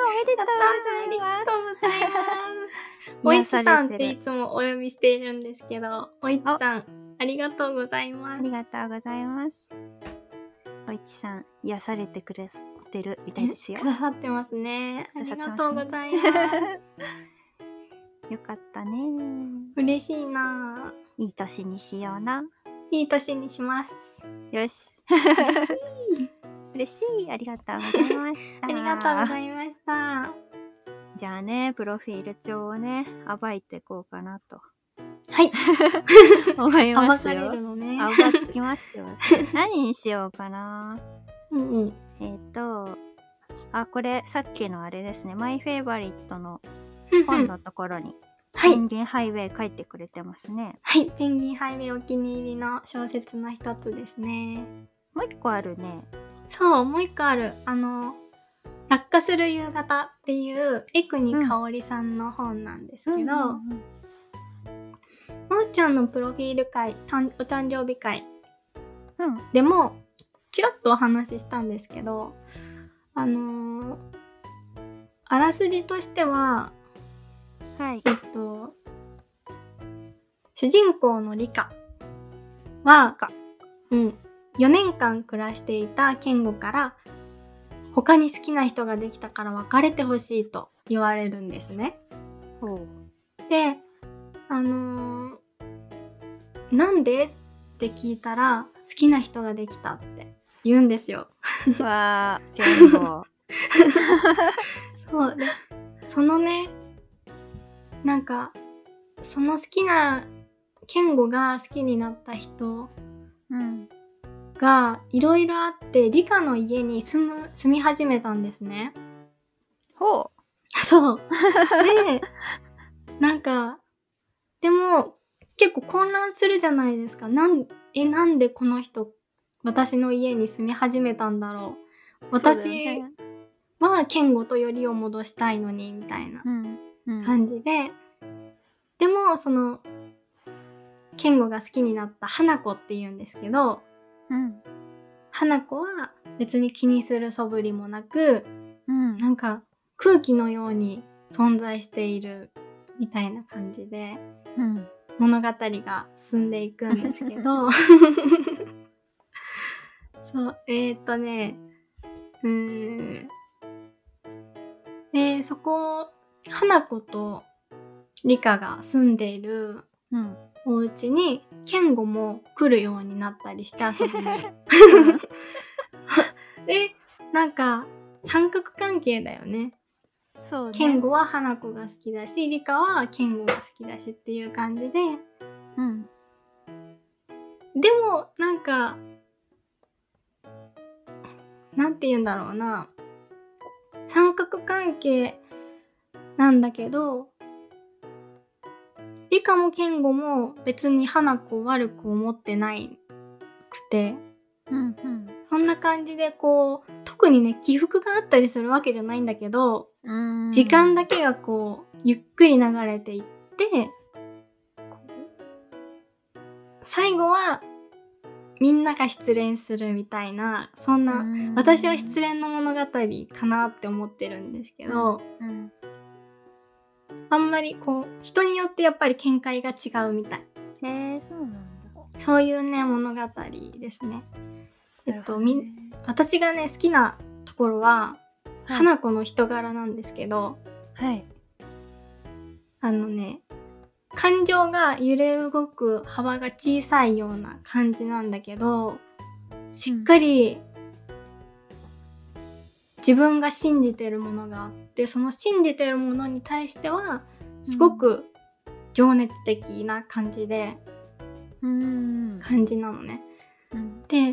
[SPEAKER 1] います。
[SPEAKER 2] おいちさんっていつもお呼びしているんですけど、おいちさん、ありがとうございます。
[SPEAKER 1] ありがとうございます。おいちさん、癒されてくれてるみたいですよ。
[SPEAKER 2] くださってますね。ありがとうございます。
[SPEAKER 1] よかったね。
[SPEAKER 2] 嬉しいな。
[SPEAKER 1] いい年にしような。
[SPEAKER 2] いい年にします。
[SPEAKER 1] よし。嬉しい。ありがとうございました。
[SPEAKER 2] ありがとうございました。
[SPEAKER 1] じゃあね、プロフィール帳をね、暴いていこうかなと。
[SPEAKER 2] はい。
[SPEAKER 1] 思いますよ。
[SPEAKER 2] 暴かれるのね。
[SPEAKER 1] 暴きますよ。何にしようかな。
[SPEAKER 2] うんうん。
[SPEAKER 1] えっと、あ、これさっきのあれですね。マイフェイバリットの本のところに、はい、ペンギンハイウェイ書いてくれてますね。
[SPEAKER 2] はい、ペンギンハイウェイお気に入りの小説の一つですね。
[SPEAKER 1] もう一個あるね。
[SPEAKER 2] そう、もう一個ある。あの、落下する夕方っていう江国香織さんの本なんですけど、うんうんうん、もーちゃんのプロフィール会、お誕生日会、うん、でもちらっとお話ししたんですけど、あのー、あらすじとしては、はい、えっと主人公のリカは、うん、よねんかん暮らしていた健吾から他に好きな人ができたから別れてほしいと言われるんですね。
[SPEAKER 1] ほう。
[SPEAKER 2] で、あのー、なんでって聞いたら、好きな人ができたって言うんですよ。
[SPEAKER 1] わー、言語。
[SPEAKER 2] そうで、そのね、なんか、その好きな、ケンゴが好きになった人がいろいろあって、リカの家に住む、住み始めたんですね。
[SPEAKER 1] ほう。
[SPEAKER 2] そう。で、なんか、でも、結構混乱するじゃないですか。なん、え、なんでこの人、私の家に住み始めたんだろう。私はケンゴとよりを戻したいのに、みたいな感じで。うんうん、でも、その、ケンゴが好きになった花子って言うんですけど、うん、花子は別に気にする素振りもなく、うん、なんか空気のように存在しているみたいな感じで、うん、物語が進んでいくんですけどそうえー、っとねうーんでそこ花子とリカが住んでいるお家に、うん、ケンゴも来るようになったりして遊びにでなんか三角関係だよね。そうね。ケンゴは花子が好きだし、リカはケンゴが好きだしっていう感じで、うん。でもなんかなんて言うんだろうな、三角関係なんだけど、リカもケンゴも別に花子を悪く思ってないくて、うんうん、そんな感じでこう特にね起伏があったりするわけじゃないんだけど、うーん、時間だけがこうゆっくり流れていって、最後はみんなが失恋するみたいな、そんな、ん私は失恋の物語かなって思ってるんですけど、うんうん、あんまりこう人によってやっぱり見解が違うみたい。
[SPEAKER 1] へえ、そうなんだ。
[SPEAKER 2] そういうね物語ですね。えっと、み私がね好きなところは、はい、花子の人柄なんですけど、はい、あのね感情が揺れ動く幅が小さいような感じなんだけど、しっかり、うん、自分が信じてるものがあって、その信じてるものに対してはすごく情熱的な感じで、うん、感じなのね。うん、で、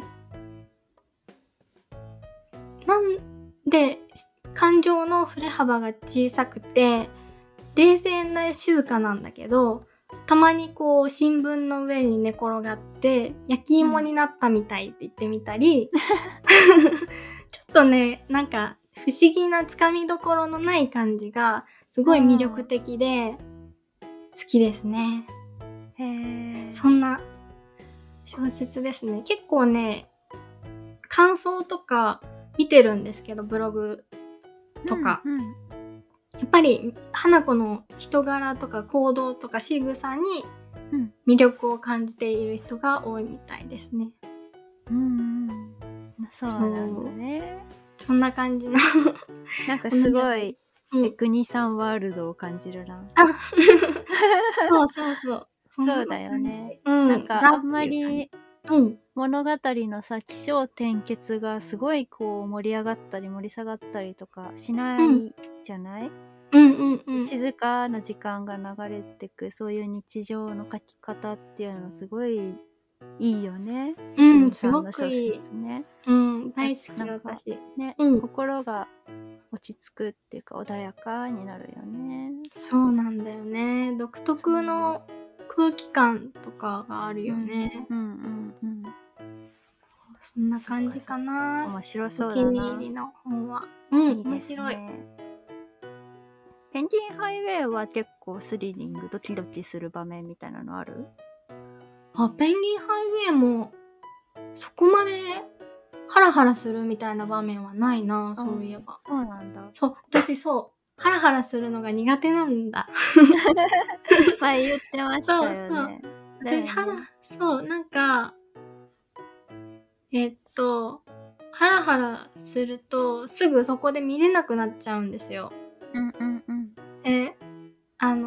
[SPEAKER 2] なんで感情の振れ幅が小さくて冷静な静かなんだけど、たまにこう新聞の上に寝転がって焼き芋になったみたいって言ってみたり、うん、ちょっとねなんか不思議なつかみどころのない感じがすごい魅力的で好きですね。へー、そんな小説ですね。結構ね感想とか見てるんですけど、ブログとか、うんうん、やっぱり花子の人柄とか行動とか仕草に魅力を感じている人が多いみたいですね。うん、うん、
[SPEAKER 1] そうなんだね。
[SPEAKER 2] そんな感じの
[SPEAKER 1] なんかすごいエクニさんワールドを感じるな。
[SPEAKER 2] あそうそうそう。
[SPEAKER 1] そうだよね。うん、なんかあんまり物語のさ起承転結がすごいこう盛り上がったり盛り下がったりとかしないじゃない？うんうんうん、静かな時間が流れてく、そういう日常の書き方っていうのすごいいいよね。
[SPEAKER 2] うん、すごくいい。ね、うん、大好き私。
[SPEAKER 1] ね、うん、心が落ち着くっていうか穏やかになるよね。
[SPEAKER 2] そうなんだよね。独特の空気感とかがあるよね。うんうんうんうん。そんな感じかな。
[SPEAKER 1] 面白そうだな。
[SPEAKER 2] お気に入りの本は。うん、いい面白い。
[SPEAKER 1] ペンギンハイウェイは結構スリリング、ドキドキする場面みたいなのある？
[SPEAKER 2] あ、ペンギンハイウェイもそこまでハラハラするみたいな場面はないな、そういえば。
[SPEAKER 1] そうなんだ。
[SPEAKER 2] そう、私そう、ハラハラするのが苦手なんだ。
[SPEAKER 1] 前言ってましたよね。そうそう。
[SPEAKER 2] 私ハラ、そう、なんか、えっと、ハラハラするとすぐそこで見れなくなっちゃうんですよ。うんうんうん。え、あの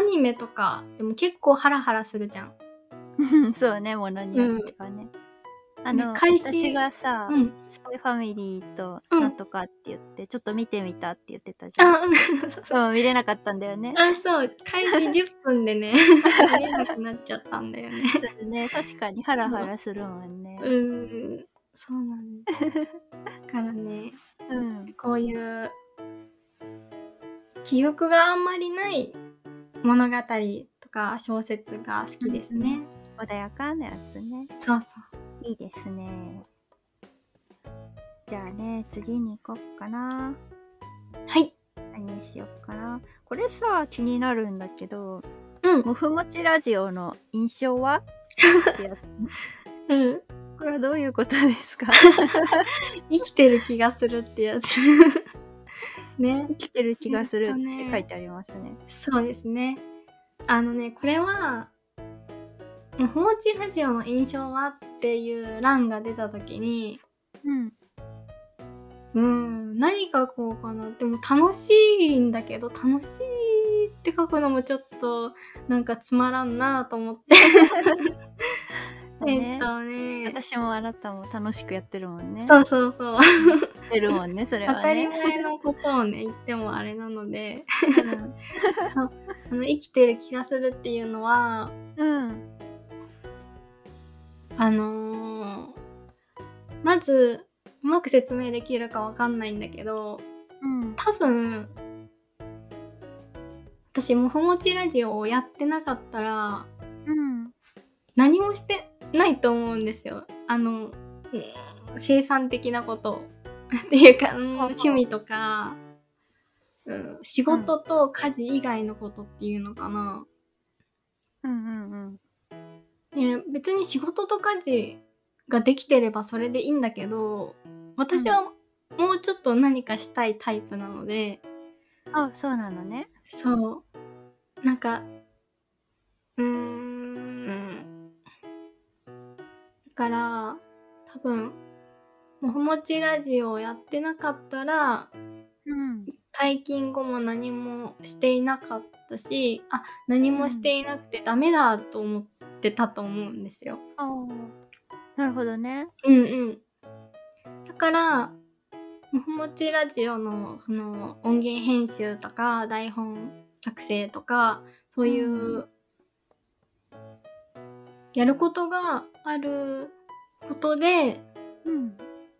[SPEAKER 2] ニメとかでも結構ハラハラするじゃん。
[SPEAKER 1] そうね、ものによってはね。あの、
[SPEAKER 2] ね開始
[SPEAKER 1] 私がさ、
[SPEAKER 2] うん
[SPEAKER 1] スパイファミリーと
[SPEAKER 2] うん
[SPEAKER 1] なんとかって言って、ちょっと見てみたって言ってたじゃん。
[SPEAKER 2] あ、うんそうそう
[SPEAKER 1] うん、見れなかったんだよね。
[SPEAKER 2] あ、そう開始じゅっぷんでね見れなくなっちゃったんだよね。
[SPEAKER 1] そうね、確かにハラハラするもんね。
[SPEAKER 2] うーんそうなんです。だからね、
[SPEAKER 1] うん。
[SPEAKER 2] こういう記憶があんまりない物語とか小説が好きですね。
[SPEAKER 1] 穏やかなやつね。
[SPEAKER 2] そうそう。
[SPEAKER 1] いいですね。じゃあね、次に行こっかな。
[SPEAKER 2] はい。
[SPEAKER 1] 何にしよっかな。これさ、気になるんだけど、
[SPEAKER 2] うん。
[SPEAKER 1] もふもちラジオの印象はってやつ。
[SPEAKER 2] うん。
[SPEAKER 1] これはどういうことですか？
[SPEAKER 2] 生きてる気がするってやつ。ね。
[SPEAKER 1] 生きてる気がするって
[SPEAKER 2] えっとね
[SPEAKER 1] 書いてありますね。
[SPEAKER 2] そうですね。あのね、これは、もふもちラジオの印象はっていう欄が出たときに、
[SPEAKER 1] うん。
[SPEAKER 2] うーん、何書こうかな。でも楽しいんだけど、楽しいって書くのもちょっとなんかつまらんなと思って。えっとね。
[SPEAKER 1] 私もあなたも楽しくやってるもんね。
[SPEAKER 2] そうそうそう。
[SPEAKER 1] 知ってるもんね、それはね。
[SPEAKER 2] 当たり前のことをね、言ってもあれなので。
[SPEAKER 1] うん、
[SPEAKER 2] そう。あの、生きてる気がするっていうのは、
[SPEAKER 1] うん。
[SPEAKER 2] あのー、まず、うまく説明できるかわかんないんだけど、
[SPEAKER 1] うん、
[SPEAKER 2] 多分、私、もふもちラジオをやってなかったら、
[SPEAKER 1] うん、
[SPEAKER 2] 何もしてないと思うんですよ。あの、うん、生産的なことっていうか、うん、趣味とか、うん、仕事と家事以外のことっていうのかな。
[SPEAKER 1] うんうんうん
[SPEAKER 2] いや別に仕事と家事ができてればそれでいいんだけど、私はもうちょっと何かしたいタイプなので、
[SPEAKER 1] あ、そうなのね。
[SPEAKER 2] そうなんかうーんだから多分もふもちラジオをやってなかったら、
[SPEAKER 1] うん、
[SPEAKER 2] 退勤後も何もしていなかったし、あ、何もしていなくてダメだと思ってたと思うんですよ。
[SPEAKER 1] ああ、なるほどね。
[SPEAKER 2] うんうん。だからもふもちラジオのその音源編集とか台本作成とかそういう、うん、やることがあることで、
[SPEAKER 1] うん、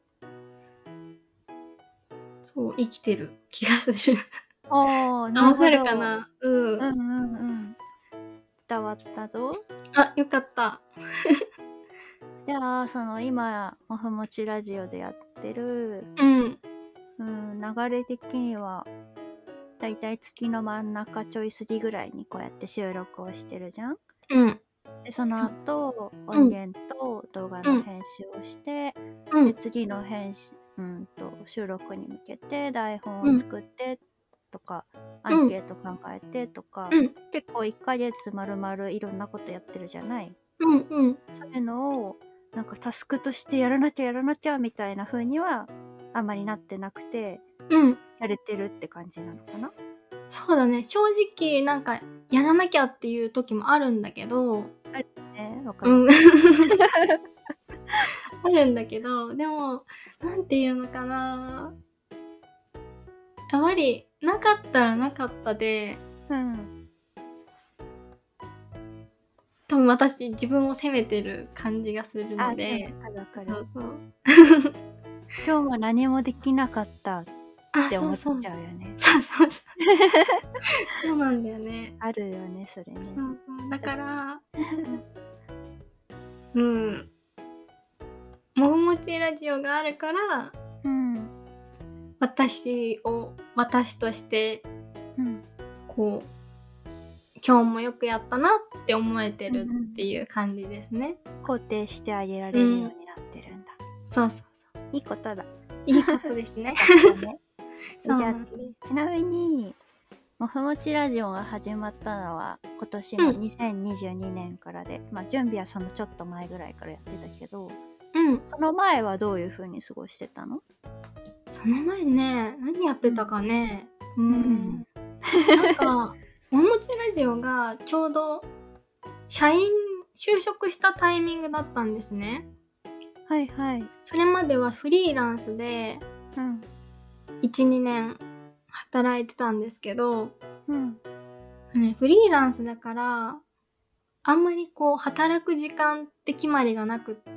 [SPEAKER 2] そう生きてる気がする。
[SPEAKER 1] ああ、なるほど。
[SPEAKER 2] わかるかな？うん。
[SPEAKER 1] うんうんうん。伝わったぞ。
[SPEAKER 2] あ、よかった。
[SPEAKER 1] じゃあ、その今、もふもちラジオでやってる、
[SPEAKER 2] うん。
[SPEAKER 1] うん、流れ的には、だいたい月の真ん中ちょい過ぎぐらいにこうやって収録をしてるじゃん。
[SPEAKER 2] うん。
[SPEAKER 1] で、その後、音源と動画の編集をして、
[SPEAKER 2] うん、
[SPEAKER 1] で、次の編集、うんと、収録に向けて台本を作ってとか、うん、アンケート考えてとか、
[SPEAKER 2] うん、
[SPEAKER 1] 結構いっかげつまるまるいろんなことやってるじゃない。
[SPEAKER 2] うんうん。
[SPEAKER 1] そういうのを、なんかタスクとしてやらなきゃやらなきゃみたいな風にはあんまりなってなくて、
[SPEAKER 2] うん、
[SPEAKER 1] やれてるって感じなのかな。
[SPEAKER 2] そうだね。正直なんかやらなきゃっていう時もあるんだけど、
[SPEAKER 1] あるね、わかる。
[SPEAKER 2] うん、あるんだけど、でもなんていうのかな。やっぱりなかったらなかったで、
[SPEAKER 1] うん。
[SPEAKER 2] 多分私自分を責めてる感じがするので、
[SPEAKER 1] あ、わかるわかる。
[SPEAKER 2] そうそう。
[SPEAKER 1] 今日も何もできなかったって思っちゃうよね。
[SPEAKER 2] そうそうそう。そうなんだよね。
[SPEAKER 1] あるよね、それね。
[SPEAKER 2] そうそう。だから、うん。もふもちラジオがあるから、
[SPEAKER 1] うん、
[SPEAKER 2] 私を私として、
[SPEAKER 1] うん、
[SPEAKER 2] こう今日もよくやったなって思えてるっていう感じですね。
[SPEAKER 1] 肯定してあげられるようになってるんだ。
[SPEAKER 2] うん、そうそうそう。
[SPEAKER 1] いいことだ。
[SPEAKER 2] いいことですね。
[SPEAKER 1] ねじゃあちなみにもふもちラジオが始まったのは今年のにせんにじゅうにねんからで、うん、まあ準備はそのちょっと前ぐらいからやってたけど、
[SPEAKER 2] うん、
[SPEAKER 1] その前はどういう風に過ごしてたの？
[SPEAKER 2] その前ね、何やってたかね。うん。うん、なんかももちラジオがちょうど社員就職したタイミングだったんですね。
[SPEAKER 1] はいはい。
[SPEAKER 2] それまではフリーランスで
[SPEAKER 1] うん。
[SPEAKER 2] いち、にねん働いてたんですけど、
[SPEAKER 1] うん。
[SPEAKER 2] ね、フリーランスだからあんまりこう働く時間って決まりがなくって、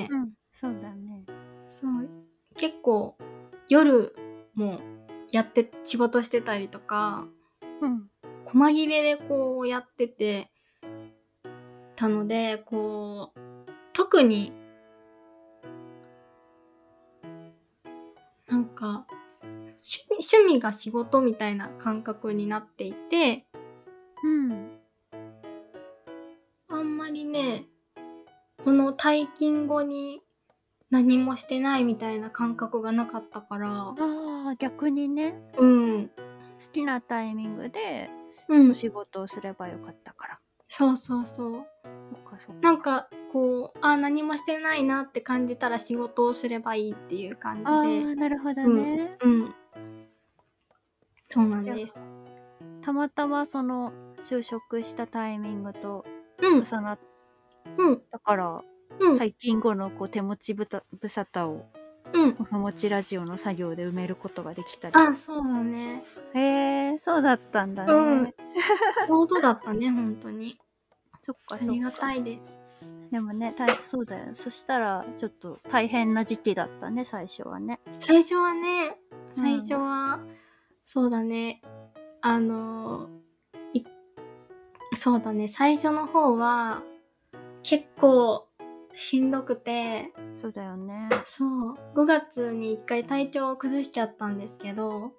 [SPEAKER 1] うん。そうだね。
[SPEAKER 2] そう結構夜もやって仕事してたりとか、
[SPEAKER 1] うん。
[SPEAKER 2] 細切れでこうやっててたので、こう特になんか趣味、趣味が仕事みたいな感覚になっていて、
[SPEAKER 1] うん。
[SPEAKER 2] あんまりね、この退勤後に何もしてないみたいな感覚がなかったから、
[SPEAKER 1] ああ、逆にね、
[SPEAKER 2] うん、
[SPEAKER 1] 好きなタイミングで
[SPEAKER 2] うん
[SPEAKER 1] お仕事をすればよかったから。
[SPEAKER 2] そうそうそう。
[SPEAKER 1] そっかそっか。
[SPEAKER 2] なんかこう、あ、何もしてないなって感じたら仕事をすればいいっていう感じ
[SPEAKER 1] あ
[SPEAKER 2] で、
[SPEAKER 1] あ、なるほど
[SPEAKER 2] うん、
[SPEAKER 1] ね。
[SPEAKER 2] うん、そうなん
[SPEAKER 1] じゃあ
[SPEAKER 2] です。
[SPEAKER 1] たまたまその就職したタイミングと
[SPEAKER 2] うん、
[SPEAKER 1] 重なっ
[SPEAKER 2] うん、
[SPEAKER 1] たから、
[SPEAKER 2] うん、
[SPEAKER 1] 退勤後のこう手持ちぶた無沙汰を
[SPEAKER 2] うん。
[SPEAKER 1] お持ちラジオの作業で埋めることができたり。
[SPEAKER 2] あ、そうだね。
[SPEAKER 1] へえ、そうだったんだ
[SPEAKER 2] うん。
[SPEAKER 1] ね。
[SPEAKER 2] ちょうどだったね、本当に。
[SPEAKER 1] そっかそっか。
[SPEAKER 2] ありがたいです。
[SPEAKER 1] でもね、たそうだよ。そしたらちょっと大変な時期だったね、最初はね。
[SPEAKER 2] 最初はね、最初は、うん、そうだね。あのい、そうだね、最初の方は結構しんどくて、
[SPEAKER 1] そうだよね。
[SPEAKER 2] そう、ごがつに一回体調を崩しちゃったんですけど、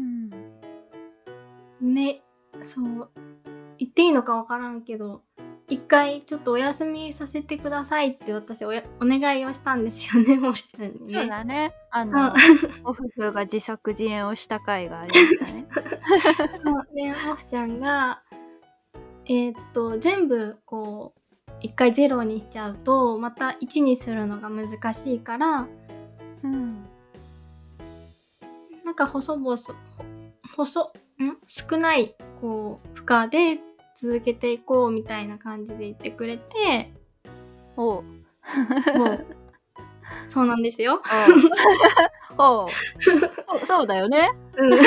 [SPEAKER 1] うん。
[SPEAKER 2] ね、そう、言っていいのかわからんけど、一回ちょっとお休みさせてくださいって私おやお願いをしたんですよね、もしちゃんにね。
[SPEAKER 1] そうだね。あの、お夫婦が自作自演をした回がありましたね。
[SPEAKER 2] そうで、もふちゃんが、えー、っと、全部こう、一回ゼロにしちゃうと、またいちにするのが難しいから、
[SPEAKER 1] うん。
[SPEAKER 2] なんか細々、細、ん少ない、こう、負荷で続けていこうみたいな感じで言ってくれて、
[SPEAKER 1] おう。
[SPEAKER 2] そう。そうなんですよ。
[SPEAKER 1] おう。そうだよね。
[SPEAKER 2] うん。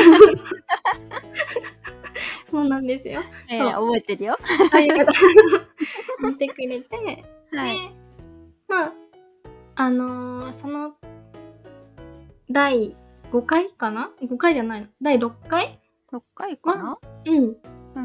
[SPEAKER 2] そうなんですよ。
[SPEAKER 1] えー、覚えてるよ。
[SPEAKER 2] ありがとう。言ってくれて、
[SPEAKER 1] はい、
[SPEAKER 2] で、まあ、あのー、その、だいごかいかな ?ご 回じゃないの。だいろっかい
[SPEAKER 1] ろっかいかな、
[SPEAKER 2] まあ、うん。
[SPEAKER 1] うん。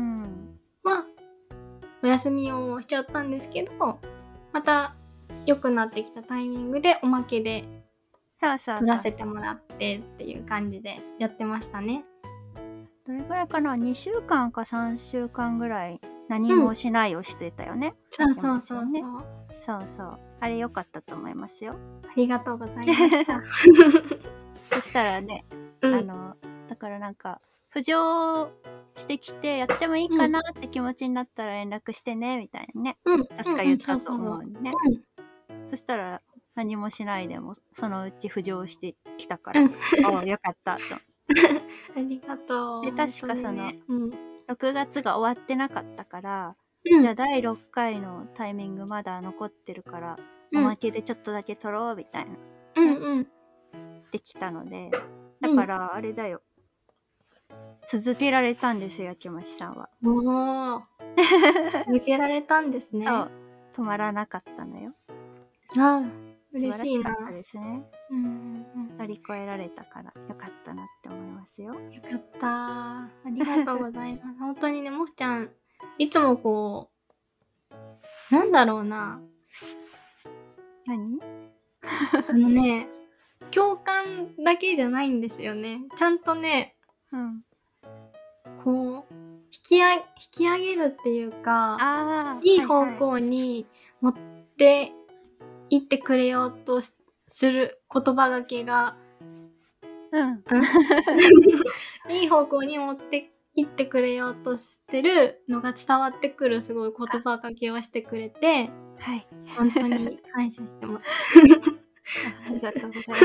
[SPEAKER 2] まあ、お休みをしちゃったんですけど、また良くなってきたタイミングでおまけで取らせてもらってっていう感じでやってましたね。
[SPEAKER 1] どれぐらいかな ?にしゅうかんかさんしゅうかんぐらい何もしないをしてたよね。
[SPEAKER 2] うん、そうそうそうそう。
[SPEAKER 1] そうそう。あれ良かったと思いますよ。
[SPEAKER 2] ありがとうございました。
[SPEAKER 1] そしたらね、うん、あの、だからなんか、浮上してきてやってもいいかなって気持ちになったら連絡してね、みたいなね。うん、確か言ったと思うね。そしたら何もしないでもそのうち浮上してきたから、うん、およかったと。
[SPEAKER 2] ありがとう。
[SPEAKER 1] で、確かその、ね、うん、ろくがつが終わってなかったから、
[SPEAKER 2] うん、
[SPEAKER 1] じゃあだいろっかいのタイミングまだ残ってるから、うん、おまけでちょっとだけ取ろうみたいな、
[SPEAKER 2] うんうん、
[SPEAKER 1] できたので、だからあれだよ、うん、続けられたんですよ、秋増さんは。
[SPEAKER 2] おー続けられたんですね。
[SPEAKER 1] そう、止まらなかったのよ。
[SPEAKER 2] ああ、嬉しいな。
[SPEAKER 1] 素晴らしかったですね。うんうんうん、乗り越えられたからよかったなって思いますよ。
[SPEAKER 2] よかった。ありがとうございます。本当にね、もふちゃん、いつもこう、なんだろうな。
[SPEAKER 1] 何
[SPEAKER 2] あのね、共感だけじゃないんですよね。ちゃんとね、
[SPEAKER 1] うん、
[SPEAKER 2] こう、引きあ、引き上げるっていうか、
[SPEAKER 1] あ
[SPEAKER 2] いい方向に持っていってくれようとする言葉がけが、
[SPEAKER 1] うん、
[SPEAKER 2] いい方向に持っていってくれようとしてるのが伝わってくるすごい言葉がけをしてくれて、
[SPEAKER 1] はい、
[SPEAKER 2] 本当に感謝してます。
[SPEAKER 1] ありがとうございます。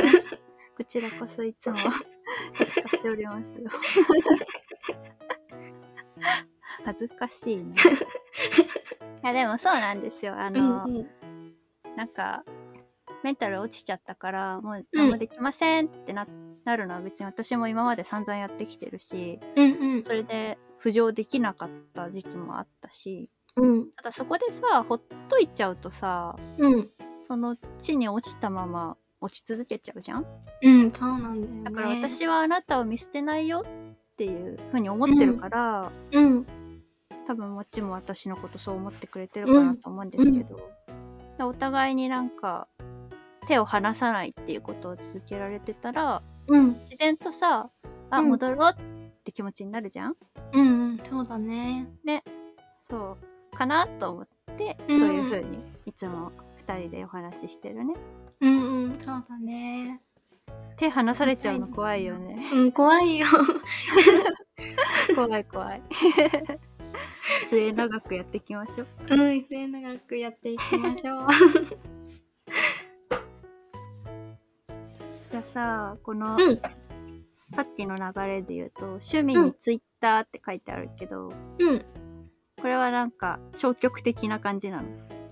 [SPEAKER 1] こちらこそいつも助かっておりますよ。 恥ずかしいね。いやでもそうなんですよ。あの、
[SPEAKER 2] うんうん、
[SPEAKER 1] なんかメンタル落ちちゃったからもう何もできませんってな、なるのは別に私も今まで散々やってきてるし、
[SPEAKER 2] うんうん、
[SPEAKER 1] それで浮上できなかった時期もあったし、
[SPEAKER 2] うん、
[SPEAKER 1] ただそこでさほっといちゃうとさ、
[SPEAKER 2] うん、
[SPEAKER 1] その地に落ちたまま落ち続けちゃうじゃん。
[SPEAKER 2] うん、そうなんだよね。
[SPEAKER 1] だから私はあなたを見捨てないよっていう風に思ってるから、
[SPEAKER 2] うん、
[SPEAKER 1] 多分もっちも私のことそう思ってくれてるかなと思うんですけど、うん、お互いになんか手を離さないっていうことを続けられてたら、
[SPEAKER 2] うん、
[SPEAKER 1] 自然とさ、あ、
[SPEAKER 2] うん、
[SPEAKER 1] 戻ろうって気持ちになるじゃん。
[SPEAKER 2] うんうん、そうだね。
[SPEAKER 1] ね、そうかなと思って、
[SPEAKER 2] うん、
[SPEAKER 1] そういう風にいつもふたりでお話ししてるね。
[SPEAKER 2] うんうん、そうだね。
[SPEAKER 1] 手離されちゃうの怖いよね。
[SPEAKER 2] うん、怖いよ。
[SPEAKER 1] 怖い怖い。末永くやっていきましょう。
[SPEAKER 2] うん、末永くやっていきましょう。
[SPEAKER 1] じゃあさ、この、
[SPEAKER 2] うん、
[SPEAKER 1] さっきの流れで言うと趣味にツイッターって書いてあるけど、
[SPEAKER 2] うん、
[SPEAKER 1] これはなんか消極的な感じなの？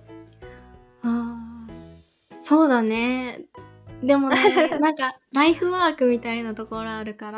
[SPEAKER 2] あー、そうだね。でもね、なんかライフワークみたいなところあるから。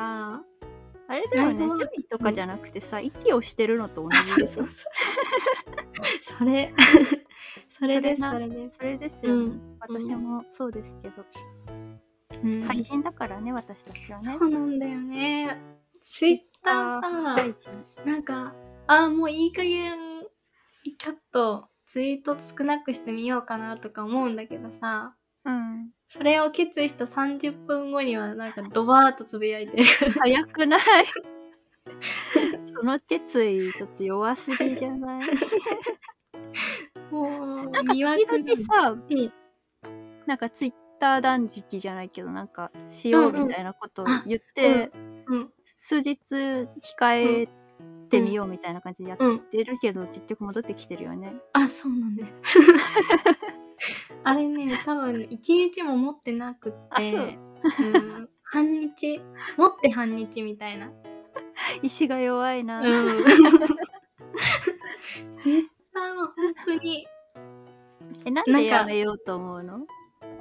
[SPEAKER 1] あれだよね、趣味とかじゃなくてさ、息をしてるのと同じ。
[SPEAKER 2] そうそうそう。それ、それです、それです。
[SPEAKER 1] それですよね。
[SPEAKER 2] うん、
[SPEAKER 1] 私もそうですけど。
[SPEAKER 2] うん、
[SPEAKER 1] 廃人だからね、私たちはね。
[SPEAKER 2] そうなんだよね。ツイッターさ、なんか、あーもういい加減、ちょっとツイート少なくしてみようかなとか思うんだけどさ、
[SPEAKER 1] うん。
[SPEAKER 2] それを決意したさんじゅっぷんごにはなんかドバーッとつぶやいてる。
[SPEAKER 1] 早くない？その決意ちょっと弱すぎじゃない？
[SPEAKER 2] もう、
[SPEAKER 1] なんか時々さ、
[SPEAKER 2] うん、
[SPEAKER 1] なんかツイッター断食じゃないけど、なんかしようみたいなことを言って、
[SPEAKER 2] うんうん、
[SPEAKER 1] 数日控えてみようみたいな感じでやってるけど、うん、結局戻ってきてるよね。
[SPEAKER 2] あ、そうなんです。あれね、多分いちにちも持ってなくって、うん、半日、持って半日みたいな。
[SPEAKER 1] 意志が弱いな。
[SPEAKER 2] うん。ツイッターは本当に。
[SPEAKER 1] え、なんでやめようと思うの？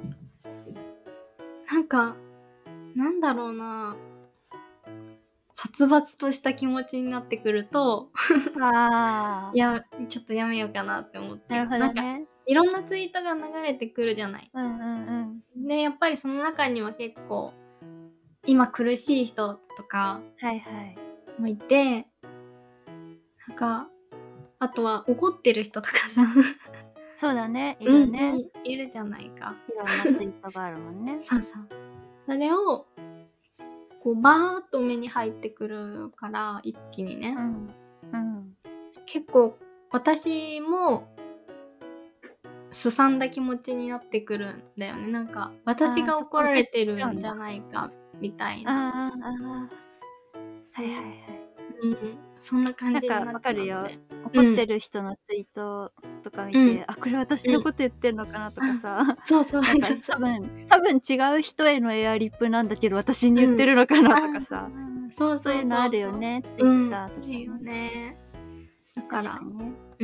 [SPEAKER 2] なんか、なんだろうな。殺伐とした気持ちになってくると、あいや、ちょっとやめようかなって思って。
[SPEAKER 1] なるほどね。なんか
[SPEAKER 2] いろんなツイートが流れてくるじゃない。
[SPEAKER 1] うんうんうん。
[SPEAKER 2] で、やっぱりその中には結構、今苦しい人とか、
[SPEAKER 1] はいはい。
[SPEAKER 2] もいて、なんか、あとは怒ってる人とかさ。
[SPEAKER 1] そうだね、いるね、
[SPEAKER 2] うんうん、いるじゃないか。
[SPEAKER 1] いろんなツイートがあるもんね。
[SPEAKER 2] そうそう。それを、こうバーッと目に入ってくるから、一気にね。
[SPEAKER 1] うんうん、
[SPEAKER 2] 結構私もすさんだ気持ちになってくるんだよね。なんか私が怒られてるんじゃないかみたいな。
[SPEAKER 1] ああああ、はいはいはい。
[SPEAKER 2] うん、そんな感じになっちゃう、ね。
[SPEAKER 1] なんかわかるよ。怒ってる人のツイートとか見て、うん、あ、これ私のこと言ってんのかなとかさ、うん、
[SPEAKER 2] そうそうそうそう、
[SPEAKER 1] 多分多分違う人へのエアリップなんだけど私に言ってるのかなとかさ、うん、そうそういうのあるよね、ツイッターとか、
[SPEAKER 2] いいよね。だから
[SPEAKER 1] ね、
[SPEAKER 2] うん。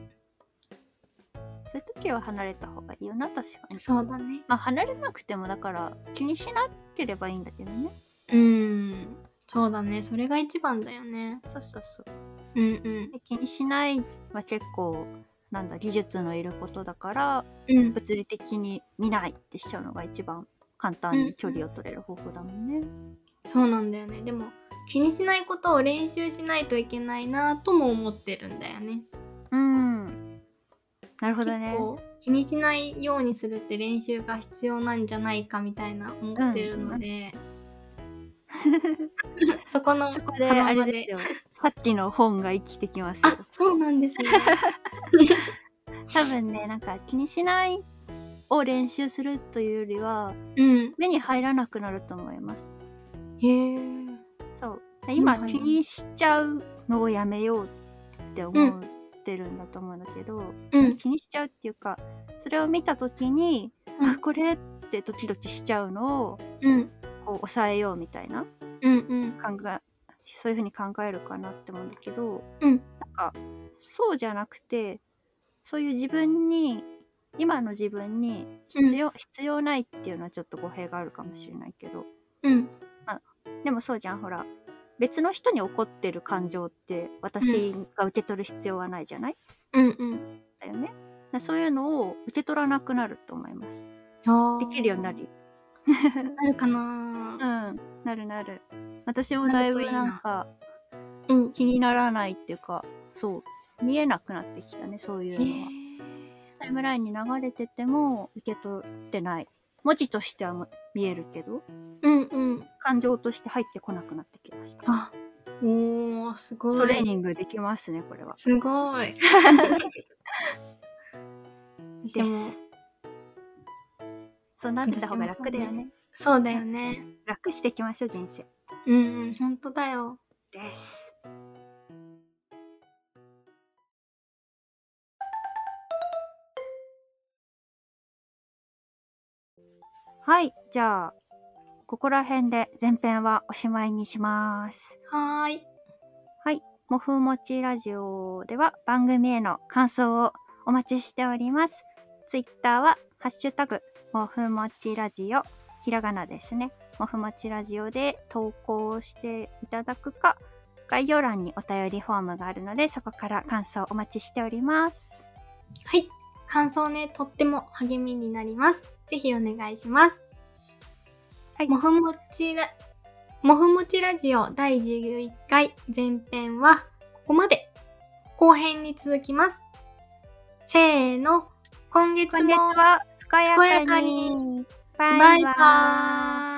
[SPEAKER 1] そういう時は離れた方がいいよな、確かに。
[SPEAKER 2] そうだね。
[SPEAKER 1] まあ離れなくてもだから気にしなければいいんだけどね。
[SPEAKER 2] うん。そうだね。それが一番だよね。
[SPEAKER 1] そうそうそう。
[SPEAKER 2] うんうん。
[SPEAKER 1] 気にしないは結構なんだ技術のいることだから、
[SPEAKER 2] うん、
[SPEAKER 1] 物理的に見ないってしちゃうのが一番簡単に距離を取れる方法だもんね。うん、
[SPEAKER 2] そうなんだよね。でも気にしないことを練習しないといけないなとも思ってるんだよね。
[SPEAKER 1] うん。なるほどね。
[SPEAKER 2] 気にしないようにするって練習が必要なんじゃないかみたいな思ってるので、うん、そこの
[SPEAKER 1] そこであれですよ。さっきの本が生きてきますよ。
[SPEAKER 2] あ、そうなんですね。
[SPEAKER 1] 多分ね、なんか気にしないを練習するというよりは、うん、目に入らなくなると思います。
[SPEAKER 2] へえ。
[SPEAKER 1] そう。今気にしちゃうのをやめようって思ってるんだと思うんだけど、うん、気にしちゃうっていうか、それを見た時に、うん、あ、これってドキドキしちゃうのを、うん、こう抑えようみたいな、うんうん、考えそういう風に考えるかなって思うんだけど、
[SPEAKER 2] うん
[SPEAKER 1] なんかそうじゃなくて、そういう自分に今の自分に必要、必要ないっていうのはちょっと語弊があるかもしれないけど、
[SPEAKER 2] うん
[SPEAKER 1] でもそうじゃん、ほら別の人に起こってる感情って私が受け取る必要はないじゃない、
[SPEAKER 2] うんうん
[SPEAKER 1] だよね。だそういうのを受け取らなくなると思います。
[SPEAKER 2] あ
[SPEAKER 1] できるようになるよ。
[SPEAKER 2] なるかな。
[SPEAKER 1] うんなるなる。私もだいぶなんか
[SPEAKER 2] うん
[SPEAKER 1] 気にならないっていうか、そう見えなくなってきたね、そういう
[SPEAKER 2] へ
[SPEAKER 1] のは。
[SPEAKER 2] ー
[SPEAKER 1] タイムラインに流れてても受け取ってない。文字としてはも見えるけど、
[SPEAKER 2] うんうん
[SPEAKER 1] 感情として入ってこなくなってきました。
[SPEAKER 2] あおーすごい
[SPEAKER 1] トレーニングできますね、これは。
[SPEAKER 2] すごい
[SPEAKER 1] で
[SPEAKER 2] でも
[SPEAKER 1] そうなってた方が楽だよね。
[SPEAKER 2] そうだよね。
[SPEAKER 1] 楽していきましょう、人生。
[SPEAKER 2] うんうん本当だよ。
[SPEAKER 1] です。はい、じゃあここら辺で前編はおしまいにします。
[SPEAKER 2] はーい。
[SPEAKER 1] はい、もふもちラジオでは番組への感想をお待ちしております。ツイッターはハッシュタグもふもちラジオ、ひらがなですね。もふもちラジオで投稿していただくか、概要欄にお便りフォームがあるので、そこから感想お待ちしております。
[SPEAKER 2] はい感想ねとっても励みになります。ぜひお願いします。
[SPEAKER 1] はい、
[SPEAKER 2] もふもちラもふもちラジオだいじゅういっかい前編はここまで。後編に続きます。せーの今月も
[SPEAKER 1] 今月は健やかに。
[SPEAKER 2] バイバーイ。